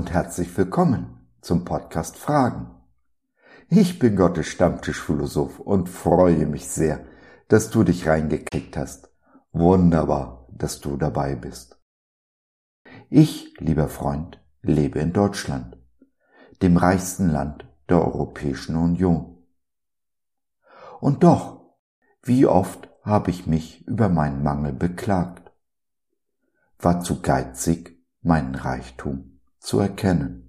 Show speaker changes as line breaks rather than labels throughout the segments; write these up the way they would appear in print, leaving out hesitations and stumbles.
und herzlich willkommen zum Podcast Fragen. Ich bin Gottes Stammtischphilosoph und freue mich sehr, dass du dich reingeklickt hast. Wunderbar, dass du dabei bist. Ich, lieber Freund, lebe in Deutschland, dem reichsten Land der Europäischen Union. Und doch, wie oft habe ich mich über meinen Mangel beklagt, war zu geizig, meinen Reichtum zu erkennen.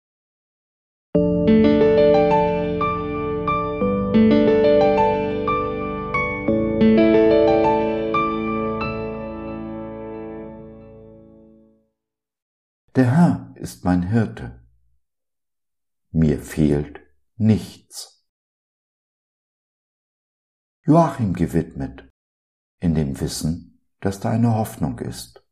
Der Herr ist mein Hirte. Mir fehlt nichts. Joachim gewidmet, in dem Wissen, dass da eine Hoffnung ist.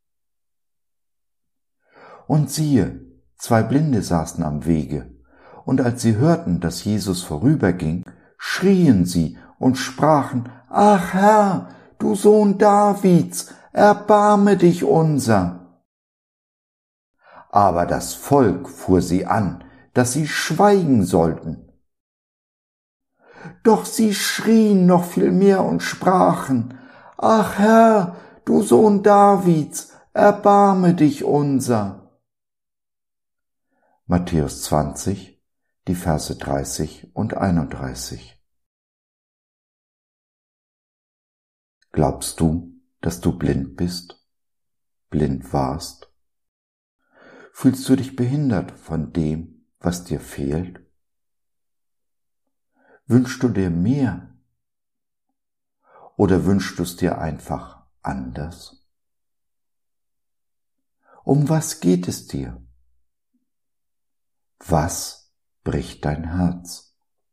Und siehe, 2 Blinde saßen am Wege, und als sie hörten, dass Jesus vorüberging, schrien sie und sprachen: Ach Herr, du Sohn Davids, erbarme dich unser. Aber das Volk fuhr sie an, dass sie schweigen sollten. Doch sie schrien noch viel mehr und sprachen: Ach Herr, du Sohn Davids, erbarme dich unser. Matthäus 20, die Verse 30 und 31. Glaubst du, dass du blind bist? Blind warst? Fühlst du dich behindert von dem, was dir fehlt? Wünschst du dir mehr? Oder wünschst du es dir einfach anders? Um was geht es dir? Was bricht dein Herz?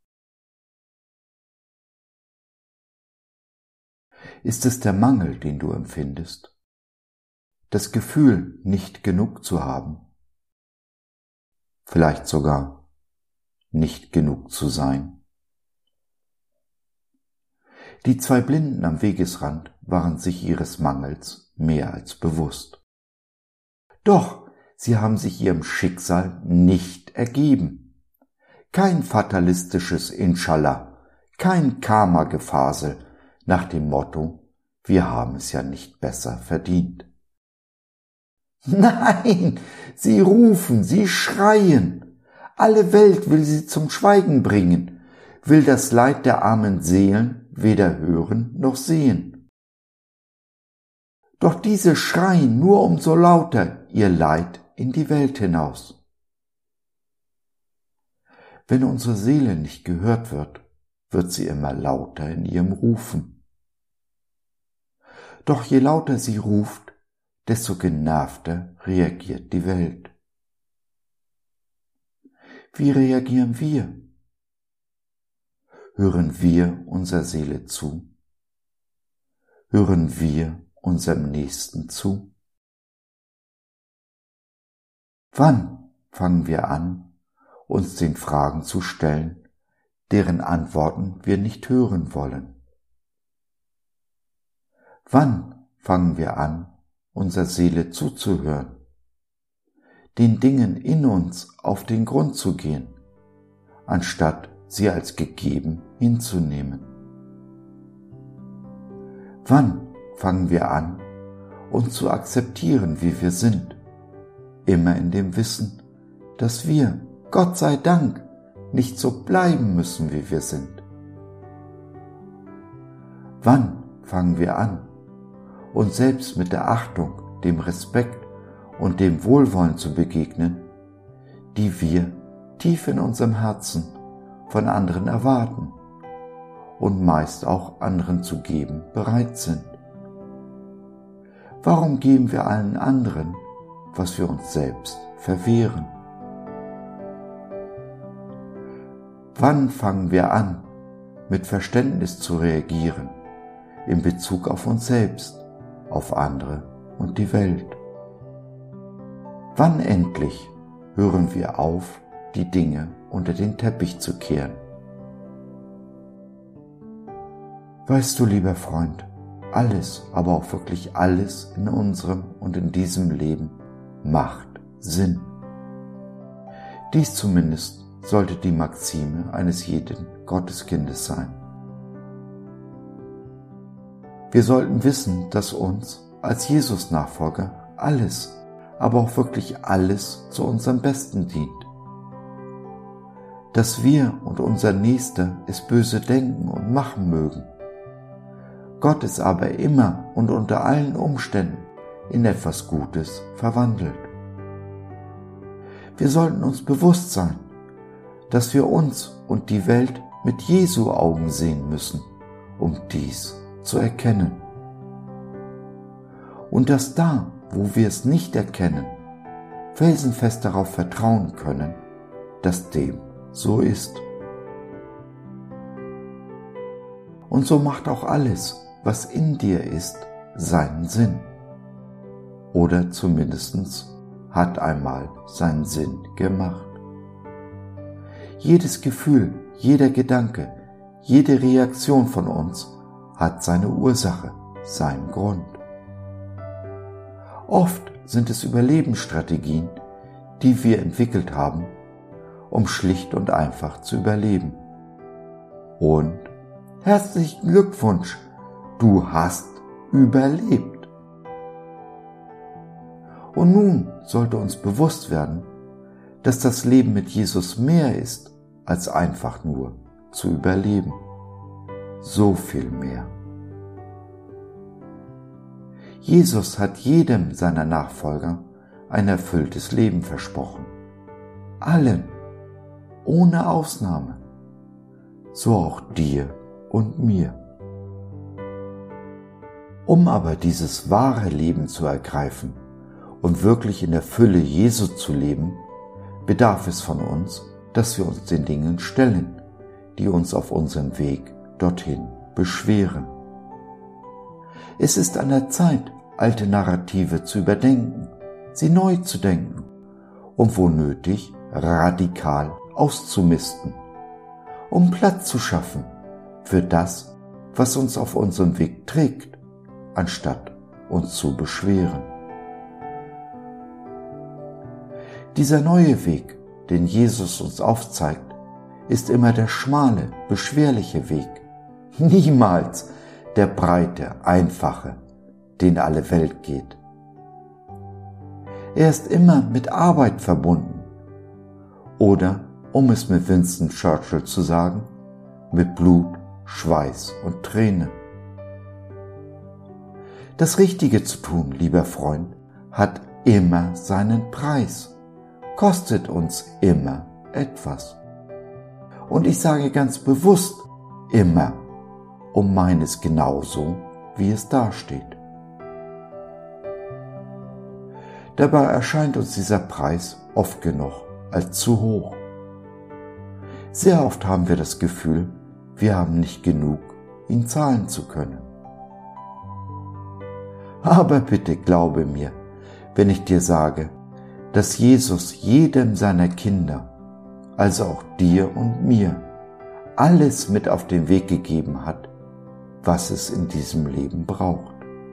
Ist es der Mangel, den du empfindest? Das Gefühl, nicht genug zu haben? Vielleicht sogar nicht genug zu sein? Die 2 Blinden am Wegesrand waren sich ihres Mangels mehr als bewusst. Doch sie haben sich ihrem Schicksal nicht ergeben. Kein fatalistisches Inshallah, kein Karma-Gefasel nach dem Motto: wir haben es ja nicht besser verdient. Nein, sie rufen, sie schreien. Alle Welt will sie zum Schweigen bringen, will das Leid der armen Seelen weder hören noch sehen. Doch diese schreien nur umso lauter ihr Leid in die Welt hinaus. Wenn unsere Seele nicht gehört wird, wird sie immer lauter in ihrem Rufen. Doch je lauter sie ruft, desto genervter reagiert die Welt. Wie reagieren wir? Hören wir unserer Seele zu? Hören wir unserem Nächsten zu? Wann fangen wir an, uns den Fragen zu stellen, deren Antworten wir nicht hören wollen? Wann fangen wir an, unserer Seele zuzuhören, den Dingen in uns auf den Grund zu gehen, anstatt sie als gegeben hinzunehmen? Wann fangen wir an, uns zu akzeptieren, wie wir sind, immer in dem Wissen, dass wir, Gott sei Dank, nicht so bleiben müssen, wie wir sind? Wann fangen wir an, uns selbst mit der Achtung, dem Respekt und dem Wohlwollen zu begegnen, die wir tief in unserem Herzen von anderen erwarten und meist auch anderen zu geben bereit sind? Warum geben wir allen anderen, was wir uns selbst verwehren? Wann fangen wir an, mit Verständnis zu reagieren in Bezug auf uns selbst, auf andere und die Welt? Wann endlich hören wir auf, die Dinge unter den Teppich zu kehren? Weißt du, lieber Freund, alles, aber auch wirklich alles in unserem und in diesem Leben macht Sinn. Dies zumindest sollte die Maxime eines jeden Gotteskindes sein. Wir sollten wissen, dass uns als Jesus-Nachfolger alles, aber auch wirklich alles zu unserem Besten dient. Dass wir und unser Nächster es böse denken und machen mögen. Gott es aber immer und unter allen Umständen in etwas Gutes verwandelt. Wir sollten uns bewusst sein, dass wir uns und die Welt mit Jesu Augen sehen müssen, um dies zu erkennen. Und dass da, wo wir es nicht erkennen, felsenfest darauf vertrauen können, dass dem so ist. Und so macht auch alles, was in dir ist, seinen Sinn. Oder zumindest hat einmal seinen Sinn gemacht. Jedes Gefühl, jeder Gedanke, jede Reaktion von uns hat seine Ursache, seinen Grund. Oft sind es Überlebensstrategien, die wir entwickelt haben, um schlicht und einfach zu überleben. Und herzlichen Glückwunsch, du hast überlebt. Und nun sollte uns bewusst werden, dass das Leben mit Jesus mehr ist, als einfach nur zu überleben. So viel mehr. Jesus hat jedem seiner Nachfolger ein erfülltes Leben versprochen. Allen, ohne Ausnahme. So auch dir und mir. Um aber dieses wahre Leben zu ergreifen und wirklich in der Fülle Jesu zu leben, bedarf es von uns, dass wir uns den Dingen stellen, die uns auf unserem Weg dorthin beschweren. Es ist an der Zeit, alte Narrative zu überdenken, sie neu zu denken und wo nötig radikal auszumisten, um Platz zu schaffen für das, was uns auf unserem Weg trägt, anstatt uns zu beschweren. Dieser neue Weg, den Jesus uns aufzeigt, ist immer der schmale, beschwerliche Weg, niemals der breite, einfache, den alle Welt geht. Er ist immer mit Arbeit verbunden oder, um es mit Winston Churchill zu sagen, mit Blut, Schweiß und Tränen. Das Richtige zu tun, lieber Freund, hat immer seinen Preis, kostet uns immer etwas. Und ich sage ganz bewusst immer, um meines genauso, wie es dasteht. Dabei erscheint uns dieser Preis oft genug als zu hoch. Sehr oft haben wir das Gefühl, wir haben nicht genug, ihn zahlen zu können. Aber bitte glaube mir, wenn ich dir sage, dass Jesus jedem seiner Kinder, also auch dir und mir, alles mit auf den Weg gegeben hat, was es in diesem Leben braucht.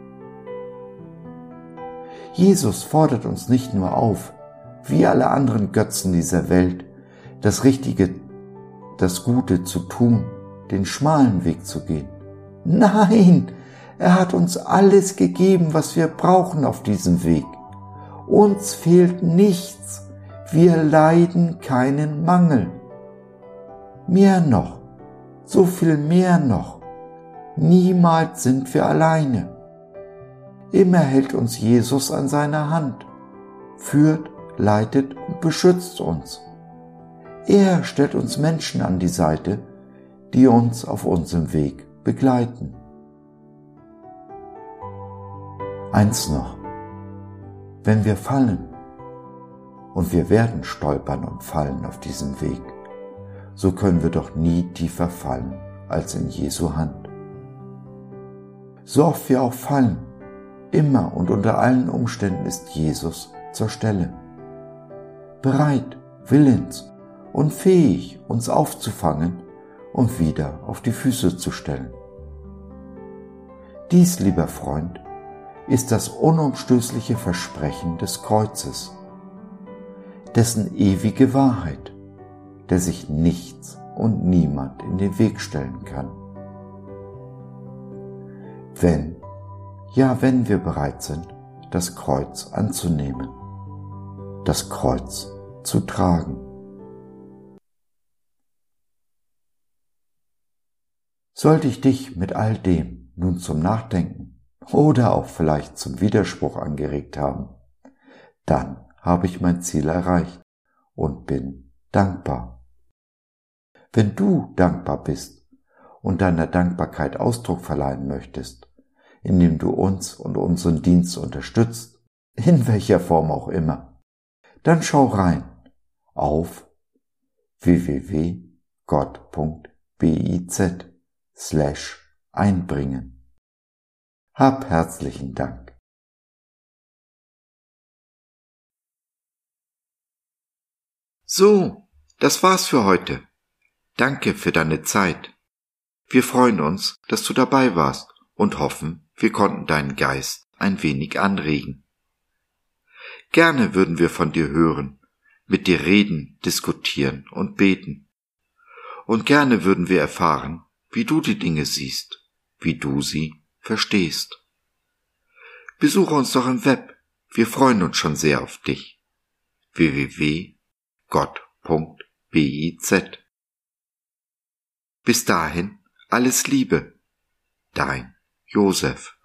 Jesus fordert uns nicht nur auf, wie alle anderen Götzen dieser Welt, das Richtige, das Gute zu tun, den schmalen Weg zu gehen. Nein, er hat uns alles gegeben, was wir brauchen auf diesem Weg. Uns fehlt nichts, wir leiden keinen Mangel. Mehr noch, so viel mehr noch, niemals sind wir alleine. Immer hält uns Jesus an seiner Hand, führt, leitet und beschützt uns. Er stellt uns Menschen an die Seite, die uns auf unserem Weg begleiten. Eins noch, wenn wir fallen, und wir werden stolpern und fallen auf diesem Weg, so können wir doch nie tiefer fallen als in Jesu Hand. So oft wir auch fallen, immer und unter allen Umständen ist Jesus zur Stelle, bereit, willens und fähig, uns aufzufangen und wieder auf die Füße zu stellen. Dies, lieber Freund, ist das unumstößliche Versprechen des Kreuzes. dessen ewige Wahrheit, der sich nichts und niemand in den Weg stellen kann. Wenn wir bereit sind, das Kreuz anzunehmen, das Kreuz zu tragen. Sollte ich dich mit all dem nun zum Nachdenken oder auch vielleicht zum Widerspruch angeregt haben, dann habe ich mein Ziel erreicht und bin dankbar. Wenn du dankbar bist und deiner Dankbarkeit Ausdruck verleihen möchtest, indem du uns und unseren Dienst unterstützt, in welcher Form auch immer, dann schau rein auf www.gott.biz/einbringen. Hab herzlichen Dank. So, das war's für heute. Danke für deine Zeit. Wir freuen uns, dass du dabei warst und hoffen, wir konnten deinen Geist ein wenig anregen. Gerne würden wir von dir hören, mit dir reden, diskutieren und beten. Und gerne würden wir erfahren, wie du die Dinge siehst, wie du sie verstehst. Besuche uns doch im Web, wir freuen uns schon sehr auf dich. www.gott.biz. Bis dahin, alles Liebe, dein Josef.